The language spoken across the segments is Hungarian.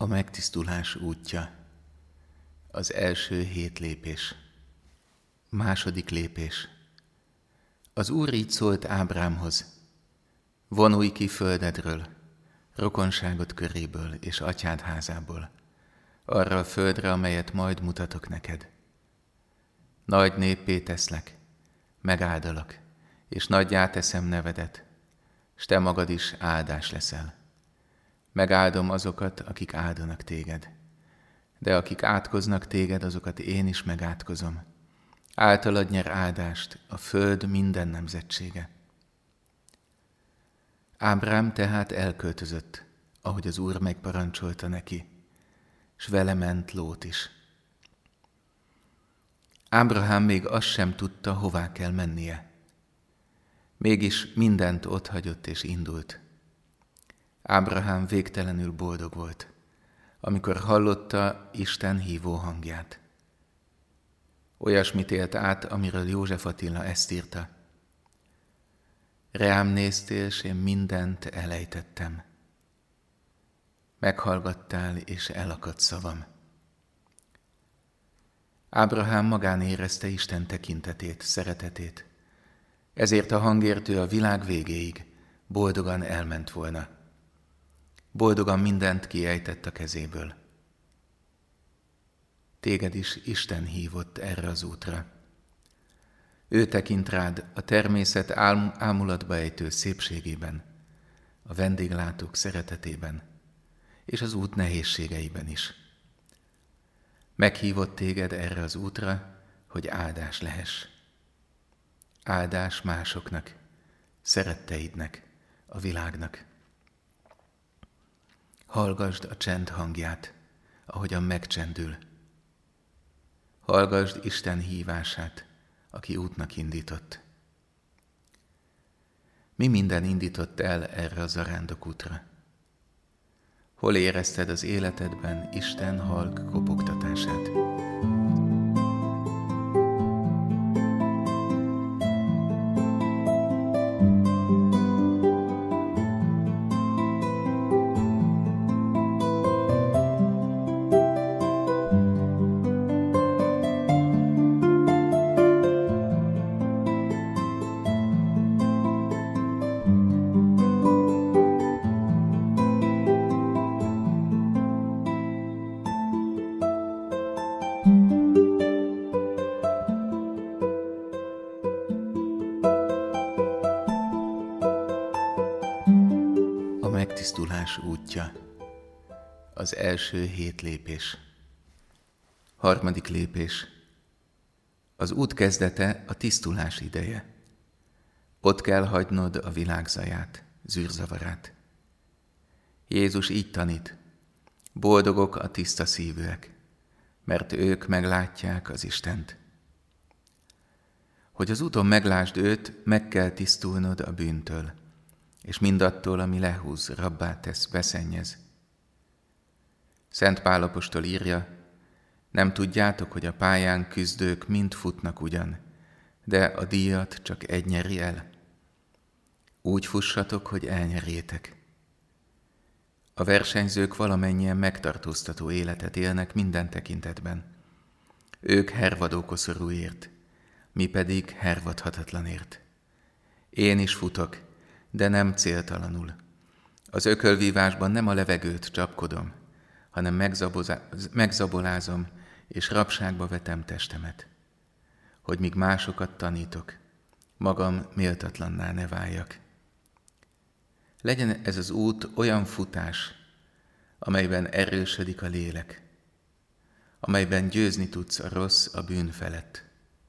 A megtisztulás útja. Az első 7 lépés. Második lépés. Az Úr így szólt Ábrámhoz: vonulj ki földedről, rokonságod köréből és atyád házából, arra a földre, amelyet majd mutatok neked. Nagy néppé teszlek, megáldalak, és nagyjá teszem nevedet, s te magad is áldás leszel. Megáldom azokat, akik áldanak téged, de akik átkoznak téged, azokat én is megátkozom. Általad nyer áldást a föld minden nemzetsége. Ábrám tehát elköltözött, ahogy az Úr megparancsolta neki, s vele ment Lót is. Ábrahám még azt sem tudta, hová kell mennie. Mégis mindent otthagyott és indult. Ábrahám végtelenül boldog volt, amikor hallotta Isten hívó hangját. Olyasmit élt át, amiről József Attila ezt írta: reám néztél, s én mindent elejtettem. Meghallgattál, és elakadt szavam. Ábrahám magán érezte Isten tekintetét, szeretetét. Ezért a hangért ő a világ végéig boldogan elment volna. Boldogan mindent kiejtett a kezéből. Téged is Isten hívott erre az útra. Ő tekint rád a természet ámulatba ejtő szépségében, a vendéglátók szeretetében, és az út nehézségeiben is. Meghívott téged erre az útra, hogy áldás lehess. Áldás másoknak, szeretteidnek, a világnak. Hallgasd a csend hangját, ahogyan megcsendül. Hallgasd Isten hívását, aki útnak indított. Mi minden indított el erre a zarándokútra? Hol érezted az életedben Isten halk kopogtatását? A megtisztulás útja. Az első 7 lépés. Harmadik lépés. Az út kezdete a tisztulás ideje. Ott kell hagynod a világ zaját, zűrzavarát. Jézus így tanít: boldogok a tiszta szívűek, mert ők meglátják az Istent. Hogy az úton meglásd őt, meg kell tisztulnod a bűntől, és mindattól, ami lehúz, rabbá tesz, beszennyez. Szent Pál apostol írja: nem tudjátok, hogy a pályán küzdők mind futnak ugyan, de a díjat csak egy nyeri el? Úgy fussatok, hogy elnyerjétek. A versenyzők valamennyien megtartóztató életet élnek minden tekintetben. Ők hervadó koszorúért, mi pedig hervadhatatlanért. Én is futok, de nem céltalanul. Az ökölvívásban nem a levegőt csapkodom, hanem megzabolázom és rabságba vetem testemet, hogy míg másokat tanítok, magam méltatlanná ne váljak. Legyen ez az út olyan futás, amelyben erősödik a lélek, amelyben győzni tudsz a rossz a bűn felett.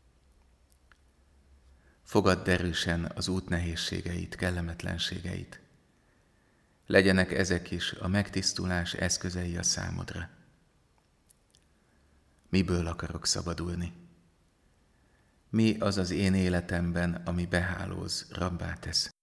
Fogadd erősen az út nehézségeit, kellemetlenségeit. Legyenek ezek is a megtisztulás eszközei a számodra. Miből akarok szabadulni? Mi az az én életemben, ami behálóz, rabbá tesz?